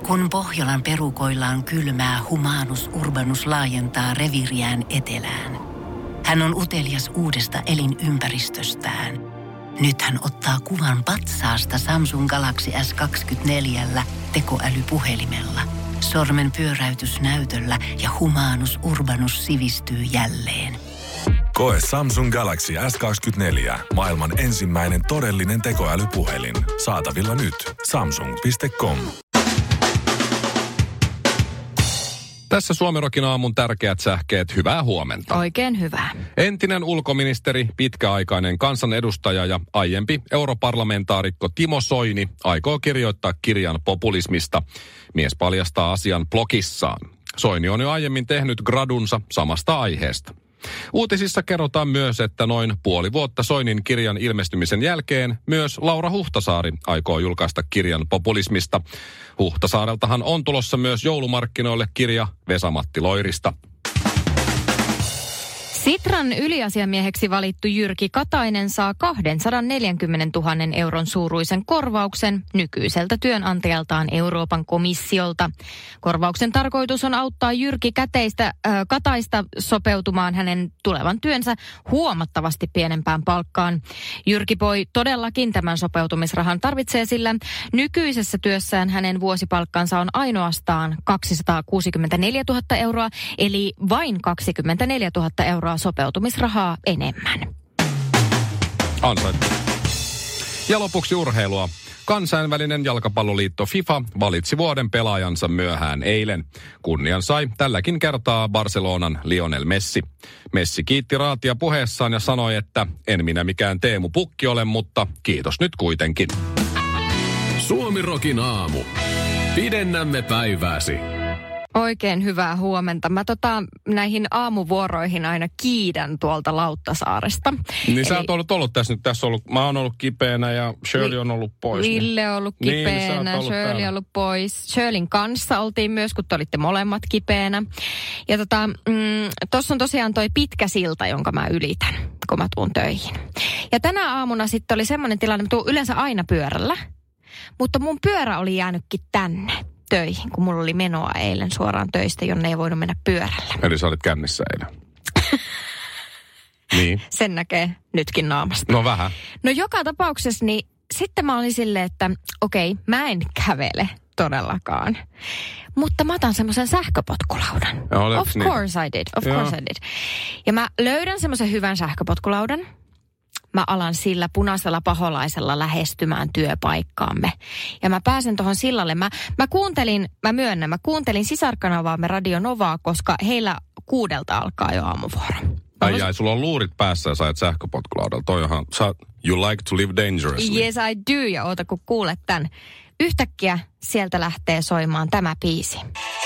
Kun Pohjolan perukoillaan kylmää, Humanus Urbanus laajentaa reviiriään etelään. Hän on utelias uudesta elinympäristöstään. Nyt hän ottaa kuvan patsaasta Samsung Galaxy S24 tekoälypuhelimella. Sormen pyöräytys näytöllä ja Humanus Urbanus sivistyy jälleen. Koe Samsung Galaxy S24. Maailman ensimmäinen todellinen tekoälypuhelin. Saatavilla nyt. Samsung.com. Tässä Suomi-rokin aamun tärkeät sähkeet. Hyvää huomenta. Oikein hyvää. Entinen ulkoministeri, pitkäaikainen kansanedustaja ja aiempi europarlamentaarikko Timo Soini aikoo kirjoittaa kirjan populismista. Mies paljastaa asian blogissaan. Soini on jo aiemmin tehnyt gradunsa samasta aiheesta. Uutisissa kerrotaan myös, että noin puoli vuotta Soinin kirjan ilmestymisen jälkeen myös Laura Huhtasaari aikoo julkaista kirjan populismista. Huhtasaareltahan on tulossa myös joulumarkkinoille kirja Vesa-Matti Loirista. Sitran yliasiamieheksi valittu Jyrki Katainen saa 240 000 euron suuruisen korvauksen nykyiseltä työnantajaltaan Euroopan komissiolta. Korvauksen tarkoitus on auttaa Jyrki Kataista sopeutumaan hänen tulevan työnsä huomattavasti pienempään palkkaan. Jyrki Poi todellakin tämän sopeutumisrahan tarvitsee, sillä nykyisessä työssään hänen vuosipalkkansa on ainoastaan 264 000 euroa, eli vain 24 000 euroa sopeutumisrahaa enemmän. Ansaittu. Ja lopuksi urheilua. Kansainvälinen jalkapalloliitto FIFA valitsi vuoden pelaajansa myöhään eilen. Kunnian sai tälläkin kertaa Barcelonan Lionel Messi. Messi kiitti raatia puheessaan ja sanoi, että en minä mikään Teemu Pukki ole, mutta kiitos nyt kuitenkin. Suomi-rokin aamu. Pidennämme päivääsi. Oikein hyvää huomenta. Mä näihin aamuvuoroihin aina kiidän tuolta Lauttasaaresta. Niin sä oot ollut tässä nyt. Mä oon ollut kipeänä ja Shirley on ollut pois. Ville on ollut kipeänä, niin, Shirley on ollut pois. Shirleyn kanssa oltiin myös, kun te olitte molemmat kipeänä. Ja tossa on tosiaan toi pitkä silta, jonka mä ylitän, kun mä tuun töihin. Ja tänä aamuna sitten oli semmoinen tilanne, että mä tuun yleensä aina pyörällä. Mutta mun pyörä oli jäänytkin tänne töihin, kun mulla oli menoa eilen suoraan töistä, jonne ei voinut mennä pyörällä. Eli sä olit kännissä eilen. Niin. Sen näkee nytkin naamasta. No vähän. No joka tapauksessa, niin sitten mä olin silleen, että okei, mä en kävele todellakaan. Mutta mä otan semmoisen sähköpotkulaudan. Of course I did. Ja mä löydän semmoisen hyvän sähköpotkulaudan. Mä alan sillä punaisella paholaisella lähestymään työpaikkaamme. Ja mä pääsen tuohon sillalle. Mä kuuntelin sisarkanavaamme Radio Novaa, koska heillä 6 alkaa jo aamuvuoro. Ai, sulla on luurit päässä ja sä et sähköpotkulaudalla. You like to live dangerously. Yes, I do. Ja oota, kun kuulet tän. Yhtäkkiä sieltä lähtee soimaan tämä biisi.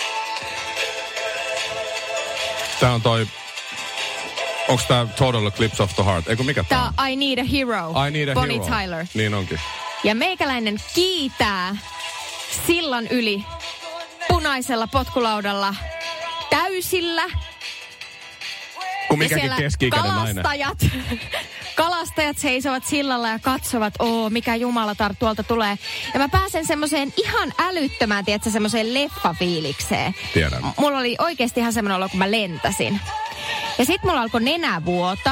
Tää on onko tää Total Eclipse of the Heart? Eiku mikä tää on? I Need a Hero. Bonnie Tyler. Niin onkin. Ja meikäläinen kiitää sillan yli punaisella potkulaudalla täysillä. Kun mikäkin keski-ikäinen nainen. Kalastajat seisovat sillalla ja katsovat, mikä jumalatar tuolta tulee. Ja mä pääsen semmoiseen ihan älyttömään, semmoiseen leffafiilikseen. Tiedän. Mulla oli oikeasti ihan semmoinen olo, kun mä lentäsin. Ja sit mulla alkoi nenä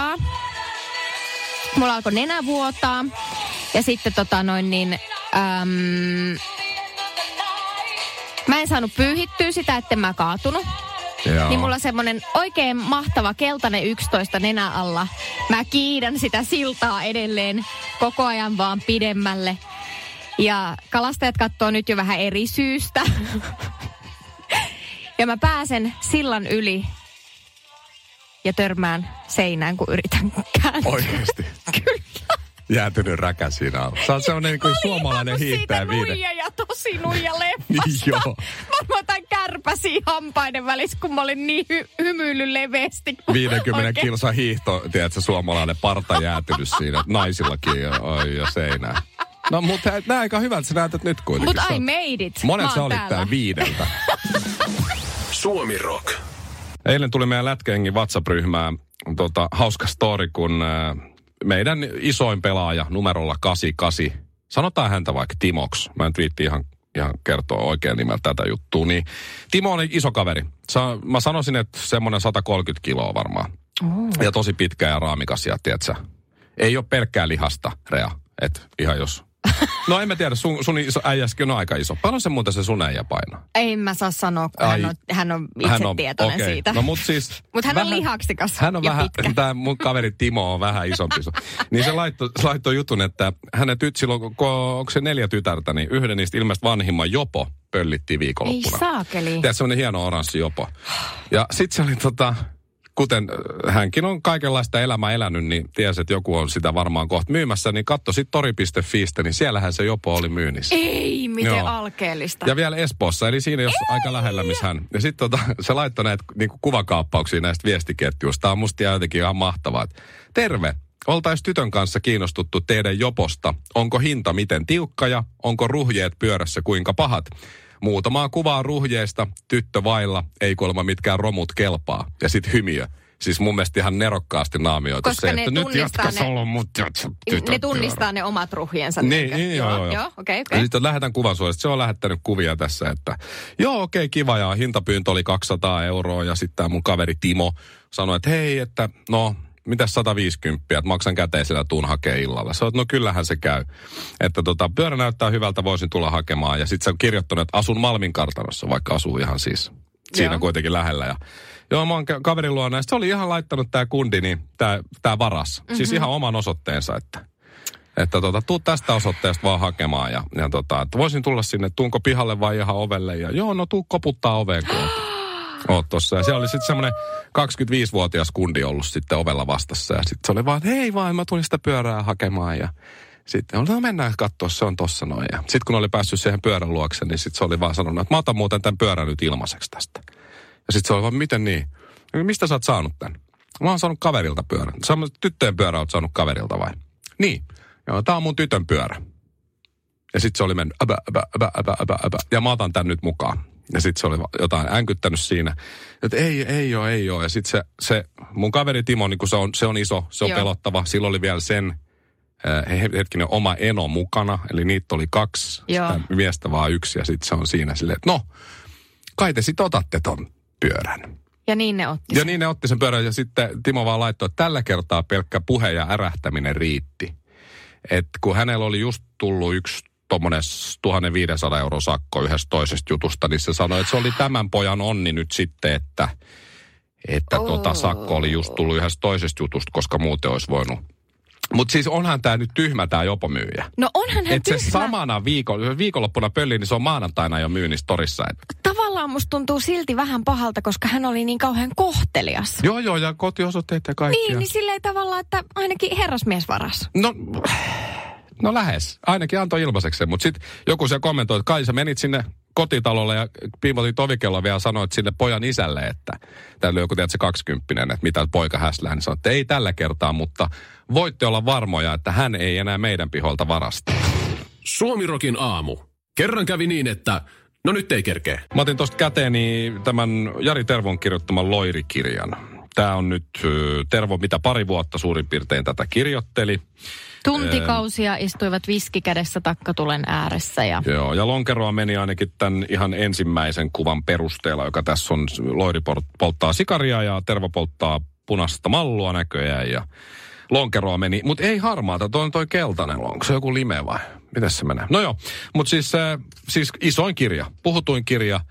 vuotaa. Ja sitten mä en saanut pyyhittyä sitä, etten mä kaatunut. Joo. Niin mulla semmonen oikein mahtava keltainen 11 nenä alla. Mä kiidän sitä siltaa edelleen koko ajan vaan pidemmälle. Ja kalastajat katsoo nyt jo vähän eri syystä. Ja mä pääsen sillan yli ja törmään seinään, kun yritän kääntää. Oikeesti? Kyllä. Jäätynyt räkä siinä alla. Sä oot semmonen niin kuin suomalainen hiihtäjä viide. Nuija ja tosi nuija leffasta. Niin joo. Mä otan kärpäsiä hampaiden välissä, kun mä olin niin hymyillyt leveästi. 50 kilsa hiihto, tiedätkö, suomalainen parta jäätynyt siinä. Naisillakin ja seinään. No mutta nää aika hyvältä sä näytät nyt kuitenkin. But I made it. Monet sä olit täällä 5. Suomi Rock. Eilen tuli meidän Lätkäjengin WhatsApp-ryhmään hauska story, kun meidän isoin pelaaja numerolla 88, sanotaan häntä vaikka Timoks. Mä en twiitti ihan ihan kertoo oikein nimellä tätä juttua. Niin Timo oli iso kaveri. Mä sanoisin, että semmoinen 130 kiloa varmaan. Ja tosi pitkä ja raamikas ja tiedätkö, ei ole pelkkää lihasta, Rea. Että ihan jos... No en mä tiedä, sun iso äijäskin on aika iso. Paljon se muuten se sun äijä painaa? Ei mä saa sanoa, kun hän on itse tietoinen siitä. No mut siis... Mut hän on lihaksikas hän on ja vähän, pitkä. Tää mun kaveri Timo on vähän isompi. Niin se laittoi jutun, että hänen silloin, onko se 4 tytärtä, niin yhden niistä ilmeisesti vanhimman Jopo pöllittiin viikonloppuna. Ei saakeli. Tiedätkö, semmoinen hieno oranssi Jopo. Ja sit se oli kuten hänkin on kaikenlaista elämää elänyt, niin tiesi, että joku on sitä varmaan kohta myymässä, niin katso sitten tori.fiistä, niin siellähän se Jopo oli myynnissä. Ei, miten alkeellista. Ja vielä Espoossa, eli siinä jos aika lähellä, missä hän. Ja sitten se laittoi näitä niinku kuvakaappauksia näistä viestiketjuista. Tämä on musta jotenkin ihan mahtavaa. Terve, oltaisiin tytön kanssa kiinnostuttu teidän Joposta. Onko hinta miten tiukka ja onko ruhjeet pyörässä kuinka pahat? Muutamaa kuvaa ruhjeista, tyttö vailla, ei kuulemma mitkään romut kelpaa. Ja sit hymiö. Siis mun mielestä ihan nerokkaasti naamioitu se, että nyt jatkas olla mut tytön. Ne tunnistaa ne omat ruhjensa. Niin, joo. Okei. Ja sitten lähetän kuvan sulle, se on lähettänyt kuvia tässä, että joo, okei, kiva, ja hintapyyntö oli 200 € ja sitten tämä mun kaveri Timo sanoi, että hei, että no... Mitäs 150, että maksan käteisellä tuun hakee illalla. Sä oot, no kyllähän se käy. Että pyörä näyttää hyvältä, voisin tulla hakemaan. Ja sit sä on kirjoittanut, että asun Malmin kartanossa, vaikka asuu ihan siis siinä kuitenkin lähellä. Ja joo, mä oon kaverin luona. Ja se oli ihan laittanut tää kundi, niin tää varas. Siis ihan oman osoitteensa, että tuu tästä osoitteesta vaan hakemaan. Ja että voisin tulla sinne, tuunko pihalle vai ihan ovelle. Ja joo, no tuu koputtaa oveen oot tossa. Ja siellä oli sitten semmoinen 25-vuotias kundi ollut sitten ovella vastassa. Ja sitten se oli vaan, että hei vaan, mä tulin sitä pyörää hakemaan. Ja sitten no mennään katsoa, se on tossa noin. Ja sitten kun oli päässyt siihen pyörän luokse, niin sitten se oli vaan sanonut, että mä otan muuten tämän pyörän nyt ilmaiseksi tästä. Ja sitten se oli vaan, miten niin? Mistä sä oot saanut tämän? Mä oon saanut kaverilta pyörän. Tyttöjen pyörä oot saanut kaverilta vai? Niin. Joo, tää on mun tytön pyörä. Ja sitten se oli mennyt, ja mä otan tän nyt mukaan. Ja sitten se oli jotain änkyttänyt siinä, että ei oo. Ja sitten se mun kaveri Timo, niin kun se on iso, se on pelottava. Silloin oli vielä sen oma eno mukana, eli niitä oli 2, sitä miestä vaan 1. Ja sitten se on siinä silleen, että no, kai te sit otatte ton pyörän. Ja niin ne otti sen. Ja niin ne otti sen pyörän ja sitten Timo vaan laittoi, että tällä kertaa pelkkä puhe ja ärähtäminen riitti. Että kun hänellä oli just tullut yksi tuommoinen 1500 € sakko yhdestä toisesta jutusta, niin se sanoi, että se oli tämän pojan onni nyt sitten, että sakko oli just tullut yhdestä toisesta jutusta, koska muuten olisi voinut. Mutta siis onhan tämä nyt tyhmä tämä Jopo-myyjä. No onhan hän tyhmä. Että se samana viikonloppuna pölli, niin se on maanantaina jo myynnissä torissa. Tavallaan musta tuntuu silti vähän pahalta, koska hän oli niin kauhean kohtelias. Joo, ja kotiosoitteet ja kaikki. Niin silleen tavallaan, että ainakin herrasmies varas. No lähes. Ainakin antoi ilmaiseksi sen, mutta sitten joku siellä kommentoi, että kai sä menit sinne kotitalolle ja piipotit ovikelloa vielä ja sanoit sinne pojan isälle, että täällä oli joku tiedät se 20, että mitä poika häslää, niin sanoi, että ei tällä kertaa, mutta voitte olla varmoja, että hän ei enää meidän piholta varasta. Suomirokin aamu. Kerran kävi niin, että no nyt ei kerkeä. Mä otin tosta käteeni tämän Jari Tervon kirjoittaman Loiri-kirjan. Tää on nyt Tervo, mitä pari vuotta suurin piirtein tätä kirjoitteli. Tuntikausia istuivat viski kädessä takkatulen ääressä. Joo, ja lonkeroa meni ainakin tämän ihan ensimmäisen kuvan perusteella, joka tässä on. Loiri polttaa sikaria ja Tervo polttaa punaista mallua näköjään ja lonkeroa meni. Mutta ei harmaata, toi keltainen lonko. Se on joku lime vai? Mitäs se menee? No joo, mutta siis isoin kirja, puhutuin kirja.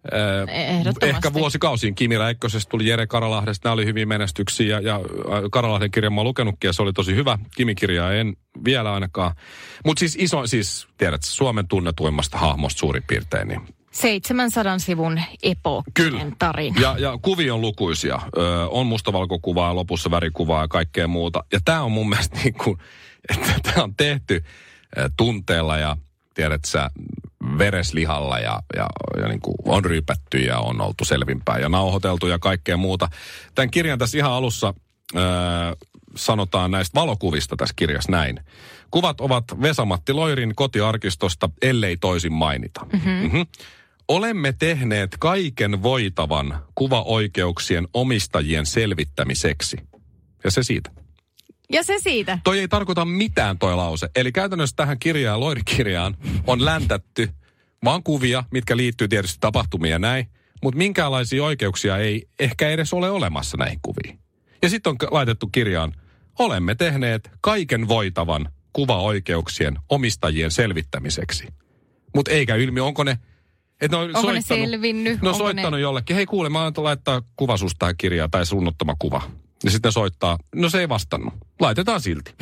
Ehkä vuosikausiin. Kimi Räikkösestä tuli Jere Karalahdesta. Nämä oli hyviä menestyksiä ja Karalahden kirjan mä oon lukenutkin ja se oli tosi hyvä. Kimi-kirjaa en vielä ainakaan. Mutta siis tiedät, Suomen tunnetuimmasta hahmosta suurin piirtein. Niin 700 sivun epookkinen tarina. Ja kuvia on lukuisia. On mustavalkokuvaa, lopussa värikuvaa ja kaikkea muuta. Ja tää on mun mielestä niin kuin, että tää on tehty tunteella ja tiedät sä, vereslihalla ja niin kuin on ryypätty ja on oltu selvinpäin ja nauhoiteltu ja kaikkea muuta. Tämän kirjan tässä ihan alussa sanotaan näistä valokuvista tässä kirjassa näin. Kuvat ovat Vesa-Matti Loirin kotiarkistosta, ellei toisin mainita. Olemme tehneet kaiken voitavan kuvaoikeuksien omistajien selvittämiseksi. Ja se siitä. Ja se siitä. Toi ei tarkoita mitään toi lause. Eli käytännössä tähän kirjaan, Loiri-kirjaan, on läntätty vaan kuvia, mitkä liittyy tietysti tapahtumiin ja näin, mutta minkäänlaisia oikeuksia ei ehkä edes ole olemassa näihin kuviin. Ja sitten on laitettu kirjaan, olemme tehneet kaiken voitavan kuvaoikeuksien omistajien selvittämiseksi. Mutta eikä ilmi, onko ne... Onko ne selvinnyt? Ne on soittanut jollekin, hei kuule, mä aion laittaa kuva susta tähän kirjaan tai sunnottama kuva. Ja sitten ne soittaa, no se ei vastannut. Laitetaan silti.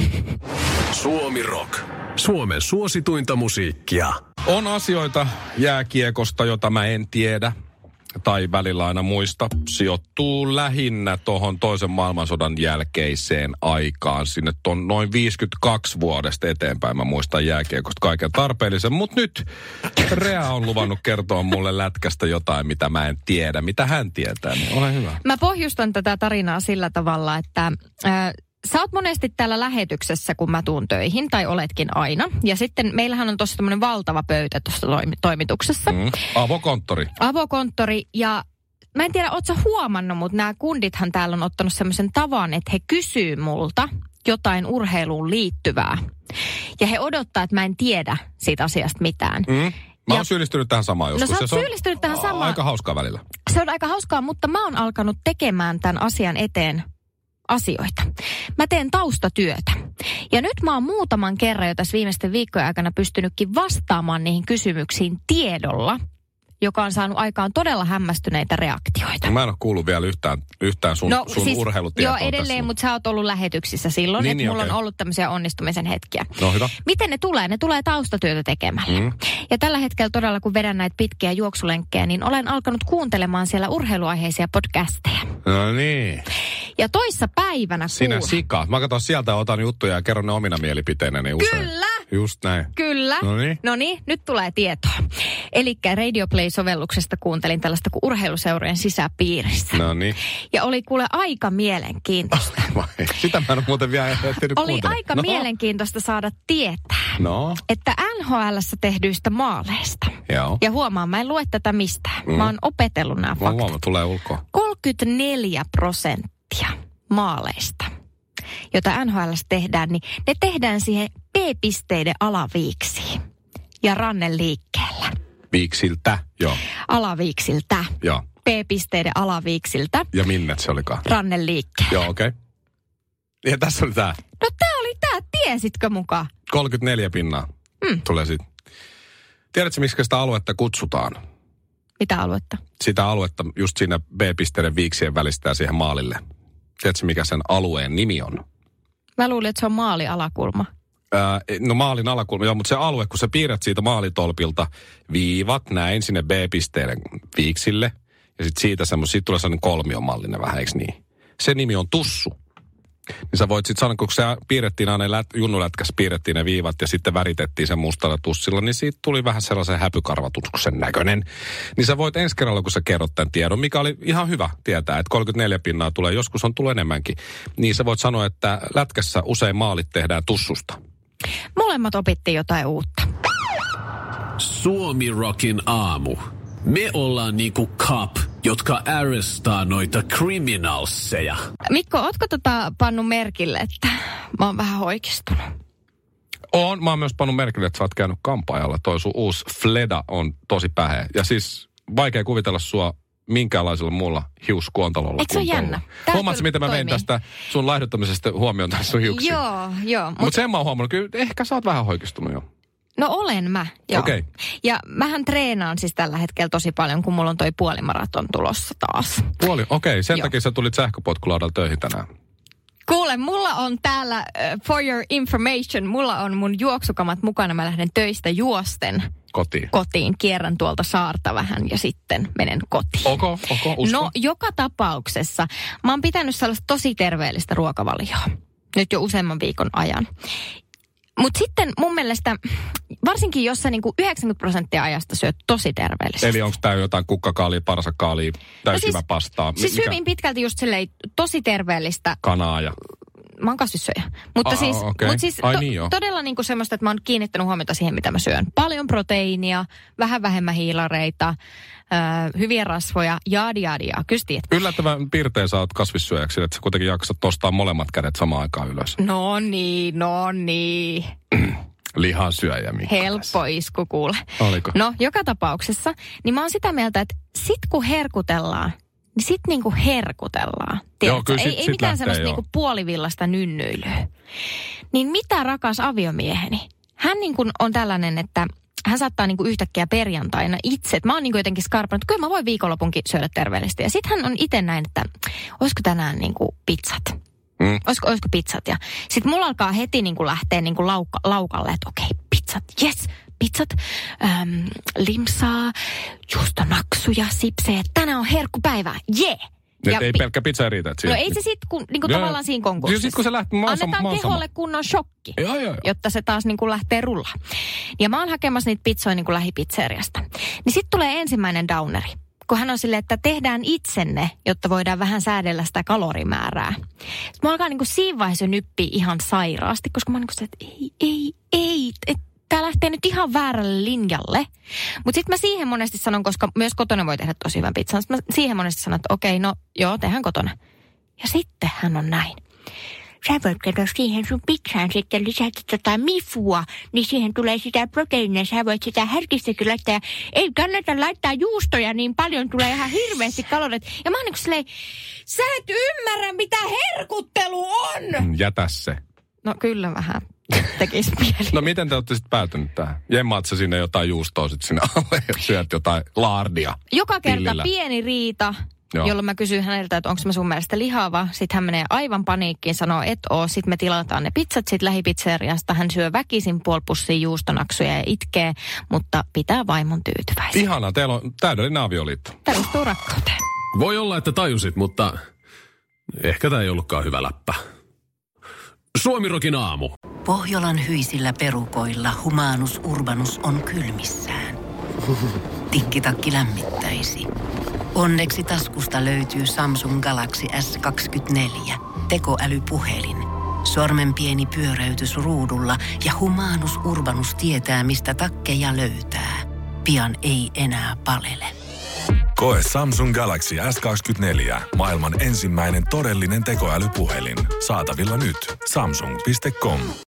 Suomi Rock. Suomen suosituinta musiikkia. On asioita jääkiekosta, jota mä en tiedä tai välillä aina muista. Sijoittuu lähinnä tuohon toisen maailmansodan jälkeiseen aikaan. Sinne on noin 52 vuodesta eteenpäin mä muistan jääkiekosta kaiken tarpeellisen. Mutta nyt Rea on luvannut kertoa mulle lätkästä jotain, mitä mä en tiedä. Mitä hän tietää, niin ole hyvä. Mä pohjustan tätä tarinaa sillä tavalla, että... Sä oot monesti täällä lähetyksessä, kun mä tuun töihin, tai oletkin aina. Ja sitten meillähän on tossa tämmöinen valtava pöytä tuossa toimituksessa. Avokonttori, ja mä en tiedä, oot sä huomannut, mutta nämä kundithan täällä on ottanut semmoisen tavan, että he kysyy multa jotain urheiluun liittyvää. Ja he odottaa, että mä en tiedä siitä asiasta mitään. Mä oon syyllistynyt tähän samaan joskus. No sä oot syyllistynyt tähän samaan. Aika hauskaa välillä. Se on aika hauskaa, mutta mä oon alkanut tekemään tämän asian eteen asioita. Mä teen taustatyötä. Ja nyt mä oon muutaman kerran jo tässä viimeisten viikkojen aikana pystynytkin vastaamaan niihin kysymyksiin tiedolla, joka on saanut aikaan todella hämmästyneitä reaktioita. Mä en ole kuullut vielä yhtään sun siis, urheilutietoa. Joo, edelleen, tässä. Mutta sä oot ollut lähetyksissä silloin, että mulla on ollut tämmöisiä onnistumisen hetkiä. No hyvä. Miten ne tulee? Ne tulee taustatyötä tekemällä. Ja tällä hetkellä todella, kun vedän näitä pitkiä juoksulenkkejä, niin olen alkanut kuuntelemaan siellä urheiluaiheisia podcasteja. No niin. Ja toissa päivänä Sinä sika. Mä katson sieltä, otan juttuja ja kerron ne omina mielipiteinäni usein. Kyllä. Just näin. Kyllä. No niin, nyt tulee tietoa. Elikkä Radio Play-sovelluksesta kuuntelin tällaista kuin urheiluseurojen sisäpiirissä. No niin. Ja oli kuule aika mielenkiintoista. Sitä mä en muuten vielä ehtinyt Oli aika mielenkiintoista saada tietää, että NHL:ssä tehdyistä maaleista. Joo. Ja huomaan, mä en lue tätä mistään. Mä oon opetellut nämä faktat. Tulee ulkoa. 34% maaleista, jota NHL:ssä tehdään, niin ne tehdään siihen B-pisteiden alaviiksiin ja ranneliikkeellä. Viiksiltä, joo. Alaviiksiltä. Joo. B-pisteiden alaviiksiltä. Ja minne se olikaan? Ranneliikkeellä. Joo, okei. Ja tässä oli tää. No tää oli tää, tiesitkö mukaan? 34 pinnaa. Tulee sit. Tiedätkö, miksi sitä aluetta kutsutaan? Mitä aluetta? Sitä aluetta just siinä B-pisteiden viiksien välistä ja siihen maalille. Tiedätkö, mikä sen alueen nimi on? Mä luulin, että se on maalialakulma. No maalin alakulma, joo, mutta se alue, kun sä piirrät siitä maalitolpilta viivat näin sinne B-pisteiden viiksille, ja sitten siitä tulee sellainen kolmiomallinen vähän, eikö niin? Se nimi on tussu. Niin sä voit sitten sanoa, kun se piirrettiin aina junnulätkässä, piirrettiin ne viivat ja sitten väritettiin sen mustalla tussilla, niin siitä tuli vähän sellaisen häpykarvatuksen näköinen. Niin sä voit ensi kerralla, kun sä kerrot tämän tiedon, mikä oli ihan hyvä tietää, että 34 pinnaa tulee, joskus on tullut enemmänkin, niin sä voit sanoa, että lätkässä usein maalit tehdään tussusta. Molemmat opittiin jotain uutta. Suomi Rockin aamu. Me ollaan niinku cop, jotka arrestaa noita criminalseja. Mikko, ootko pannut merkille, että mä oon vähän hoikistunut? Mä oon myös pannut merkille, että sä oot käynyt kampaajalla. Toi sun uusi Fleda on tosi päheä. Ja siis vaikea kuvitella sua minkäänlaisella muulla hiuskuontalolla. Eikö se ole jännä? Huomaatko, miten mä vein tästä sun laihduttamisesta huomioon tässä sun hiuksiin? Joo. Mutta sen mä oon huomannut, kyllä ehkä sä oot vähän hoikistunut jo. No olen mä, joo. Okay. Ja mähän treenaan siis tällä hetkellä tosi paljon, kun mulla on toi puolimaraton tulossa taas. Okei. Sen takia sä tulit sähköpotkulaudalla töihin tänään. Kuule, mulla on täällä, for your information, mulla on mun juoksukamat mukana. Mä lähden töistä juosten kotiin. Kierrän tuolta saarta vähän ja sitten menen kotiin. Usko. No, joka tapauksessa mä oon pitänyt sellaista tosi terveellistä ruokavalioa nyt jo useamman viikon ajan. Mutta sitten mun mielestä, varsinkin jos sä niinku 90% ajasta syöt tosi terveellisesti. Eli onko tää jotain kukkakaalia, parsakaalia, hyvä pastaa? Siis hyvin pitkälti just silleen tosi terveellistä. Kanaa ja... Mä oon kasvissyöjä. Mutta todella niinku semmoista, että mä oon kiinnittänyt huomiota siihen, mitä mä syön. Paljon proteiinia, vähän vähemmän hiilareita, hyviä rasvoja, jaadia. Kyllä tiedät. Yllättävän piirtein sä oot kasvissyöjäksi, että sä kuitenkin jaksat nostaa molemmat kädet samaan aikaan ylös. No niin. Lihansyöjä, Mikko. Helppo isku kuule. Oliko? No, joka tapauksessa, niin mä oon sitä mieltä, että sit kun herkutellaan, niin sit niinku herkutellaan. Joo, kyllä ei mitään semmoista niinku puolivillasta nynnyilyä. Niin mitä rakas aviomieheni? Hän niinku on tällainen, että hän saattaa niinku yhtäkkiä perjantaina itse, että mä oon niinku jotenkin skarpannut, että kyllä mä voin viikonlopunkin syödä terveellisesti. Ja sit hän on itse näin, että olisiko tänään niinku pizzat? Olisiko pizzat? Ja sit mulla alkaa heti niinku lähteä niinku laukalle, että okei, pizzat, yes, pizzat, limsaa, juustonaksuja, sipsejä. Tänään on herkkupäivä, jee! Nyt ei pelkkä pizza riitä. No ei se sitten niinku tavallaan siinä konkurssissa. Sitten kun se lähtee, annetaan keholle kunnon shokki, jotta se taas niinku lähtee rullaan. Ja mä oon hakemassa niitä pizzoja niinku lähipizzeriasta. Niin sitten tulee ensimmäinen downeri. Kun hän on silleen, että tehdään itsenne, jotta voidaan vähän säädellä sitä kalorimäärää. Sitten mä alkaa niinku siinä vaiheessa nyppiä ihan sairaasti, koska mä oon niinku se, että ei, tää lähtee nyt ihan väärälle linjalle. Mutta sitten mä siihen monesti sanon, koska myös kotona voi tehdä tosi hyvän pizzan. Sitten mä siihen monesti sanon, että okei, no joo, tehdään kotona. Ja sitten hän on näin. Sä voit katsoa siihen sun pizzaan sitten lisätä mifua, niin siihen tulee sitä proteiinia. Sä voit sitä härkistäkin laittaa. Ei kannata laittaa juustoja niin paljon, tulee ihan hirveästi kalorit. Ja mä oon niin kuin silleen, sä et ymmärrä mitä herkuttelu on! Jätä se. No kyllä vähän. Tekisi mieli. No miten te olette sitten päätynyt tähän? Jemmaat sä sinne jotain juustoa sitten sinne alle ja syöt jotain laardia? Joka kerta pillillä. Pieni riita, jolloin mä kysyn häneltä, että onko mä sun mielestä lihava. Sitten hän menee aivan paniikkiin, sanoo, et oo. Sitten me tilataan ne pizzat sit lähipizzeriasta. Hän syö väkisin puoli pussia juustonaksuja ja itkee, mutta pitää vaimon tyytyväisenä. Ihanaa, teillä on täydellinen avioliitto. Perustuu rakkauteen. Voi olla, että tajusit, mutta ehkä tämä ei ollutkaan hyvä läppä. Suomirokin aamu. Pohjolan hyisillä perukoilla Humanus Urbanus on kylmissään. Tikkitakki lämmittäisi. Onneksi taskusta löytyy Samsung Galaxy S24. Tekoälypuhelin. Sormen pieni pyöräytys ruudulla ja Humanus Urbanus tietää, mistä takkeja löytää. Pian ei enää palele. Koe Samsung Galaxy S24. Maailman ensimmäinen todellinen tekoälypuhelin. Saatavilla nyt. Samsung.com.